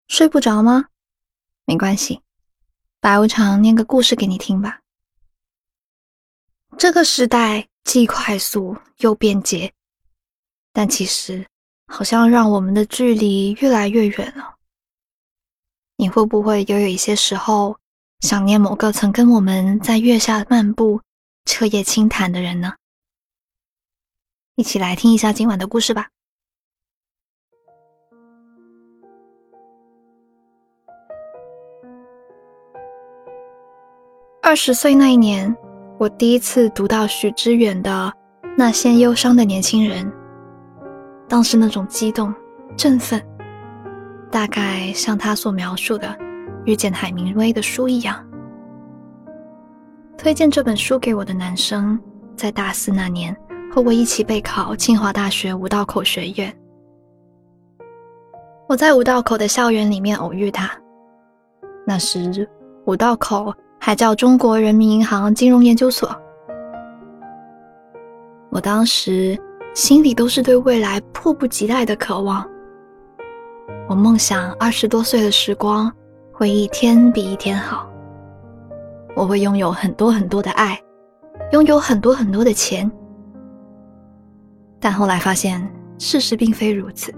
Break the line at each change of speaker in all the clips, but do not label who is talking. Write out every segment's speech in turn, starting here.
睡不着吗？没关系，白无常念个故事给你听吧。这个时代既快速又便捷，但其实好像让我们的距离越来越远了。你会不会也有一些时候想念某个曾跟我们在月下漫步、彻夜轻谈的人呢？一起来听一下今晚的故事吧。20岁那一年，我第一次读到许知远的《那些忧伤的年轻人》，当时那种激动、振奋，大概像他所描述的遇见海明威的书一样。推荐这本书给我的男生，在大4那年和我一起备考清华大学五道口学院。我在五道口的校园里面偶遇他，那时五道口还叫中国人民银行金融研究所。我当时心里都是对未来迫不及待的渴望。我梦想20多岁的时光会一天比一天好，我会拥有很多很多的爱，拥有很多很多的钱。但后来发现事实并非如此。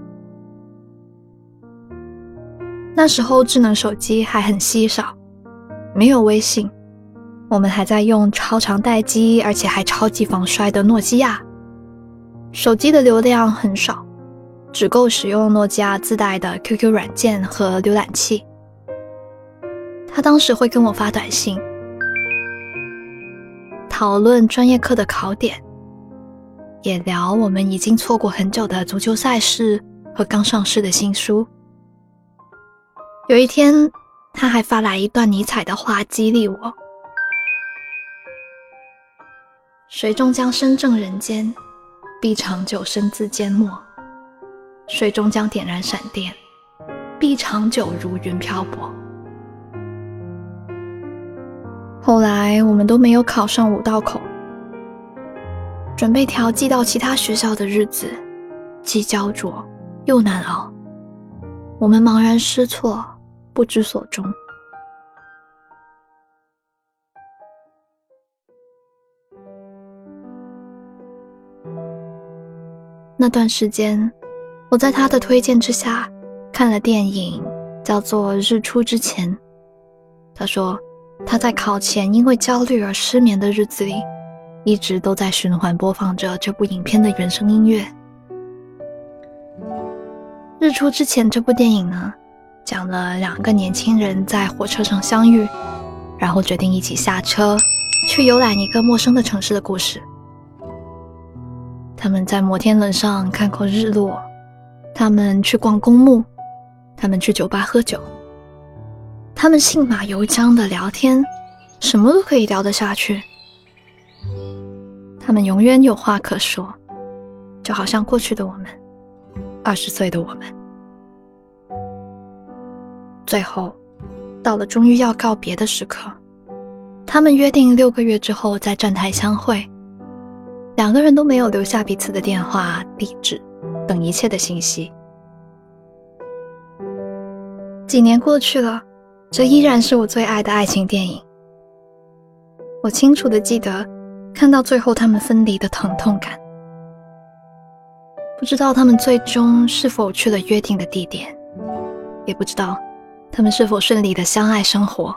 那时候智能手机还很稀少，没有微信，我们还在用超长待机而且还超级防摔的诺基亚，手机的流量很少，只够使用诺基亚自带的 QQ 软件和浏览器。他当时会跟我发短信，讨论专业课的考点，也聊我们已经错过很久的足球赛事和刚上市的新书。有一天他还发来一段尼采的话激励我：水终将身正人间，必长久身自缄默；水终将点燃闪电，必长久如云漂泊。后来我们都没有考上五道口，准备调剂到其他学校的日子既焦灼又难熬，我们茫然失措，不知所终。那段时间，我在他的推荐之下看了电影，叫做《日出之前》。他说他在考前因为焦虑而失眠的日子里，一直都在循环播放着这部影片的原声音乐。日出之前这部电影呢，讲了2个年轻人在火车上相遇，然后决定一起下车去游览一个陌生的城市的故事。他们在摩天轮上看过日落，他们去逛公墓，他们去酒吧喝酒，他们信马由缰的聊天，什么都可以聊得下去。他们永远有话可说，就好像过去的我们，20岁的我们。最后到了终于要告别的时刻，他们约定6个月之后在站台相会，2个人都没有留下彼此的电话、地址等一切的信息。几年过去了，这依然是我最爱的爱情电影。我清楚地记得看到最后他们分离的疼痛感，不知道他们最终是否去了约定的地点，也不知道他们是否顺利的相爱生活。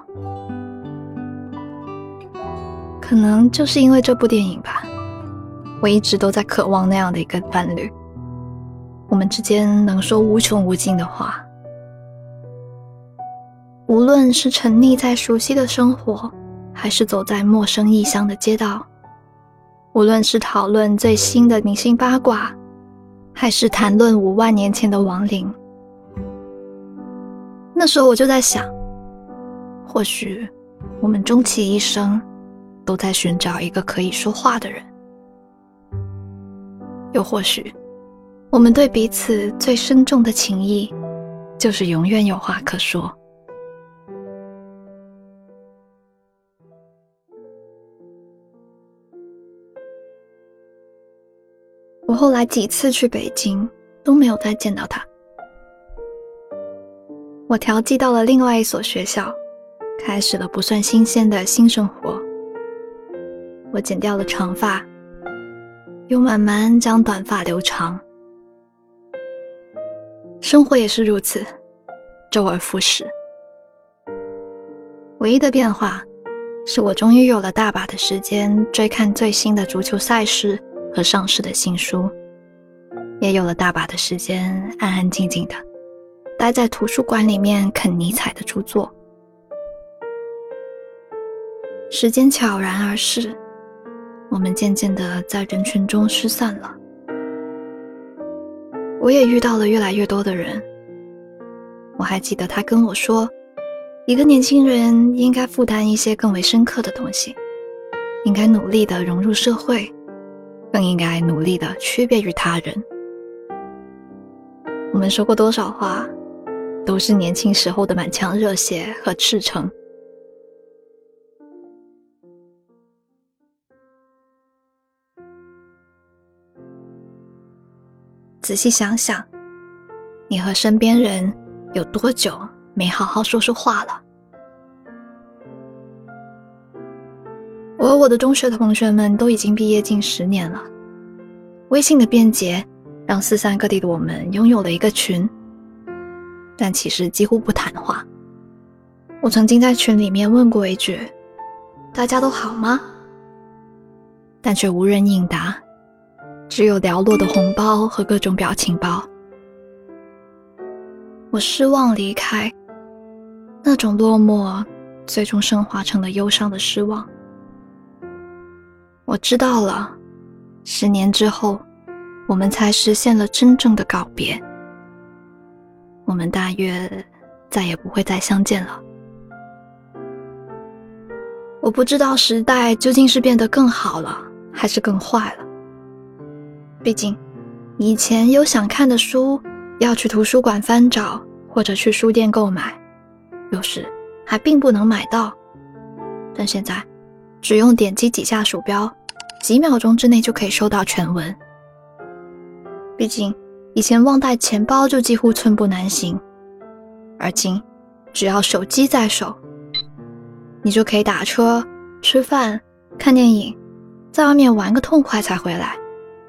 可能就是因为这部电影吧，我一直都在渴望那样的一个伴侣，我们之间能说无穷无尽的话。无论是沉溺在熟悉的生活，还是走在陌生异乡的街道，无论是讨论最新的明星八卦，还是谈论5万年前的亡灵，那时候我就在想，或许我们终其一生都在寻找一个可以说话的人，又或许我们对彼此最深重的情谊就是永远有话可说。我后来几次去北京都没有再见到他。 我调剂到了另外一所学校，开始了不算新鲜的新生活。我剪掉了长发，又慢慢将短发留长。生活也是如此，周而复始。唯一的变化是我终于有了大把的时间追看最新的足球赛事和上市的新书，也有了大把的时间安安静静的待在图书馆里面啃尼采的著作。时间悄然而逝，我们渐渐地在人群中失散了。我也遇到了越来越多的人。我还记得他跟我说，一个年轻人应该负担一些更为深刻的东西，应该努力地融入社会，更应该努力地区别于他人。我们说过多少话，都是年轻时候的满腔热血和赤诚。仔细想想，你和身边人有多久没好好说说话了？我和我的中学同学们都已经毕业近10年了。微信的便捷让四散各地的我们拥有了一个群，但其实几乎不谈话。我曾经在群里面问过一句，大家都好吗？但却无人应答，只有寥落的红包和各种表情包。我失望离开，那种落寞最终升华成了忧伤的失望。我知道了，10年之后，我们才实现了真正的告别。我们大约再也不会再相见了。我不知道时代究竟是变得更好了，还是更坏了。毕竟，以前有想看的书，要去图书馆翻找，或者去书店购买，有时还并不能买到。但现在，只用点击几下鼠标，几秒钟之内就可以收到全文。毕竟，以前忘带钱包就几乎寸步难行，而今，只要手机在手，你就可以打车、吃饭、看电影，在外面玩个痛快才回来。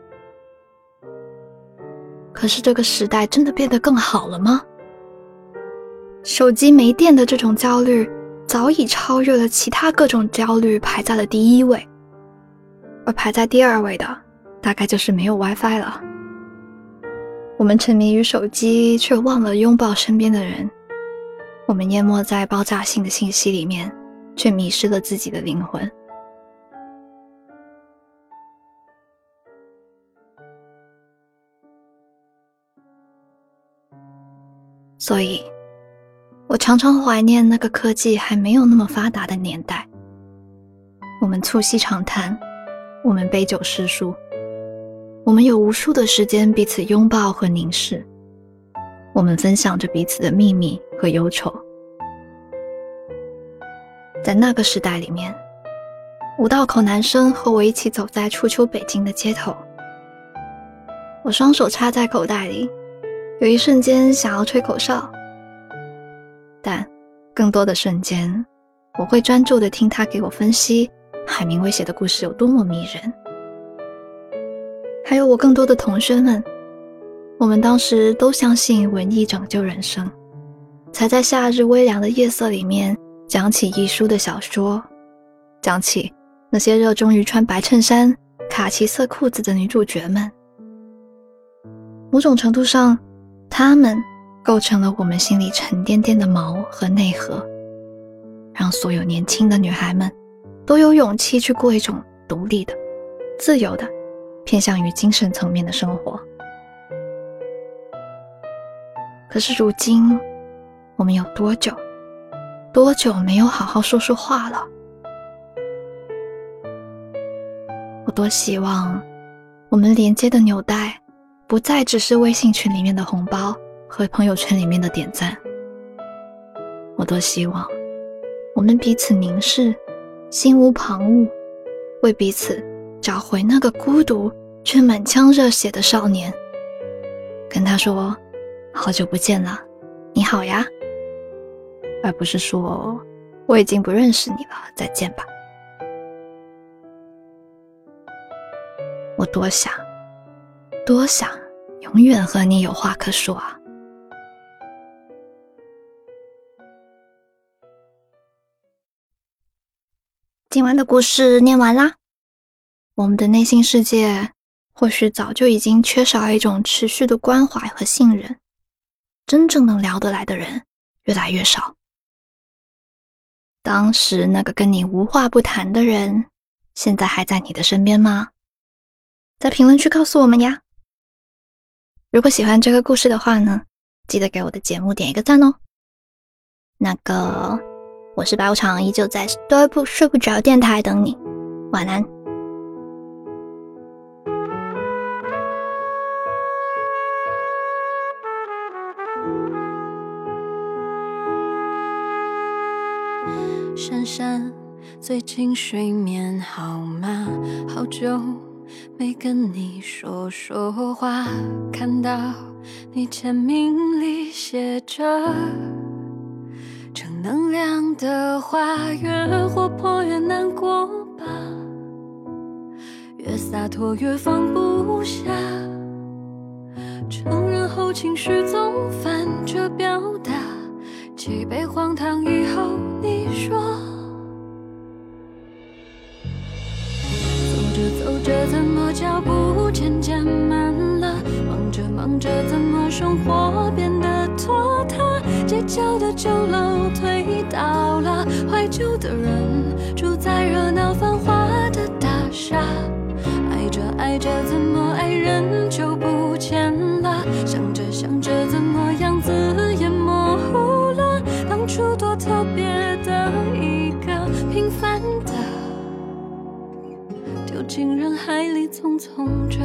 可是这个时代真的变得更好了吗？手机没电的这种焦虑早已超越了其他各种焦虑，排在了第1位，而排在第2位的大概就是没有 WiFi 了。我们沉迷于手机，却忘了拥抱身边的人。我们淹没在爆炸性的信息里面，却迷失了自己的灵魂。所以，我常常怀念那个科技还没有那么发达的年代。我们促膝长谈，我们杯酒诗书，我们有无数的时间彼此拥抱和凝视，我们分享着彼此的秘密和忧愁。在那个时代里面，5道口男生和我一起走在初秋北京的街头，我双手插在口袋里，有一瞬间想要吹口哨，但更多的瞬间，我会专注地听他给我分析海明威写的故事有多么迷人。还有我更多的同学们，我们当时都相信文艺拯救人生，才在夏日微凉的夜色里面讲起一书的小说，讲起那些热衷于穿白衬衫、卡其色裤子的女主角们。某种程度上，她们构成了我们心里沉甸甸的毛和内核，让所有年轻的女孩们都有勇气去过一种独立的、自由的、偏向于精神层面的生活。可是如今，我们有多久没有好好说说话了？我多希望我们连接的纽带不再只是微信群里面的红包和朋友圈里面的点赞。我多希望我们彼此凝视，心无旁骛，为彼此找回那个孤独却满腔热血的少年，跟他说好久不见了，你好呀， 而不是说我已经不认识你了，再见吧。我多想永远和你有话可说啊。今晚的故事念完啦。我们的内心世界或许早就已经缺少一种持续的关怀和信任，真正能聊得来的人越来越少。当时那个跟你无话不谈的人，现在还在你的身边吗？在评论区告诉我们呀。如果喜欢这个故事的话呢，记得给我的节目点一个赞哦。我是白无常，依旧在睡不着电台等你，晚安。
珊珊，最近睡眠好吗？好久没跟你说话，看到你签名里写着正能量的话，越活泼越难过吧，越洒脱越放不下，承认后情绪总反着表达，几杯荒唐以后你说，走着怎么脚步渐渐慢了，忙着怎么生活变得拖沓，街角的酒楼推倒了，怀旧的人住在热闹繁华的大厦，爱着怎么爱人就不见了，想着怎么样子也模糊了，当初多特别的一个平凡的，丢进人海里匆匆着。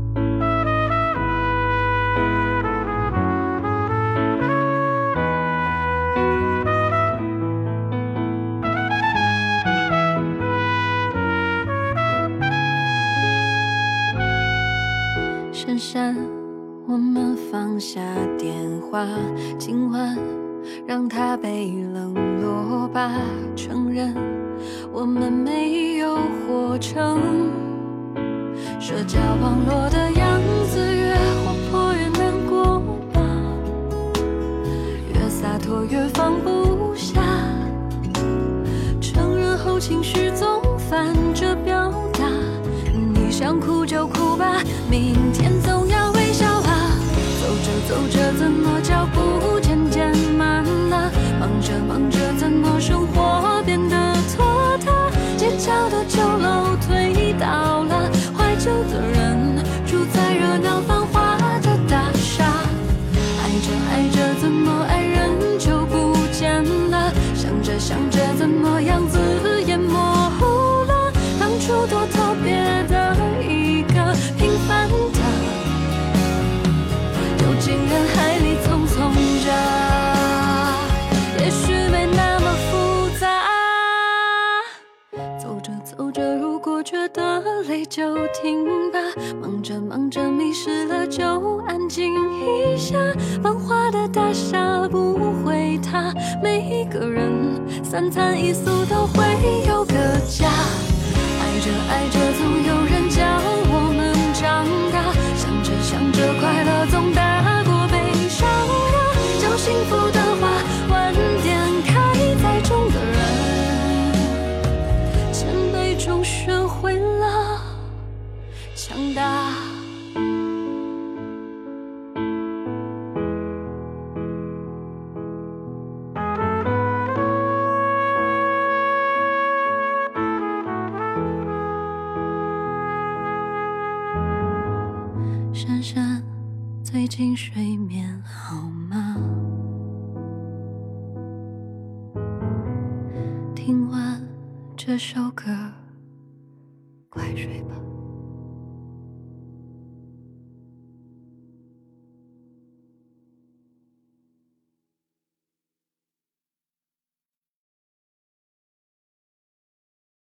珊珊，我们放下电话，今晚让它被冷落吧，承认我们没有活成社交网络的样子，越活泼越难过吧，越洒脱越放不下，承认后情绪总反着表达，你想哭就哭吧，明天总要微笑啊，走着怎么脚步渐渐慢了，忙着怎么生活变得拖沓，街角的酒楼推倒了，怀旧的人住在热闹繁华的大厦，爱着怎么爱人就不见了，想着怎么样子也模糊了，当初多特别的一个平凡的，丢进人海里匆匆着，也许没那么复杂，走着如果觉得累就停吧，忙着迷失了就安静一下，繁华的大厦不会塌，每一个人三餐一宿都会有个家，爱着总有人教我们长大，想着快乐总大过悲伤啊，讲幸福的话晚点开，在中的人前辈中学会了强大。珊珊，最近睡眠好吗？听完这首歌，快睡吧。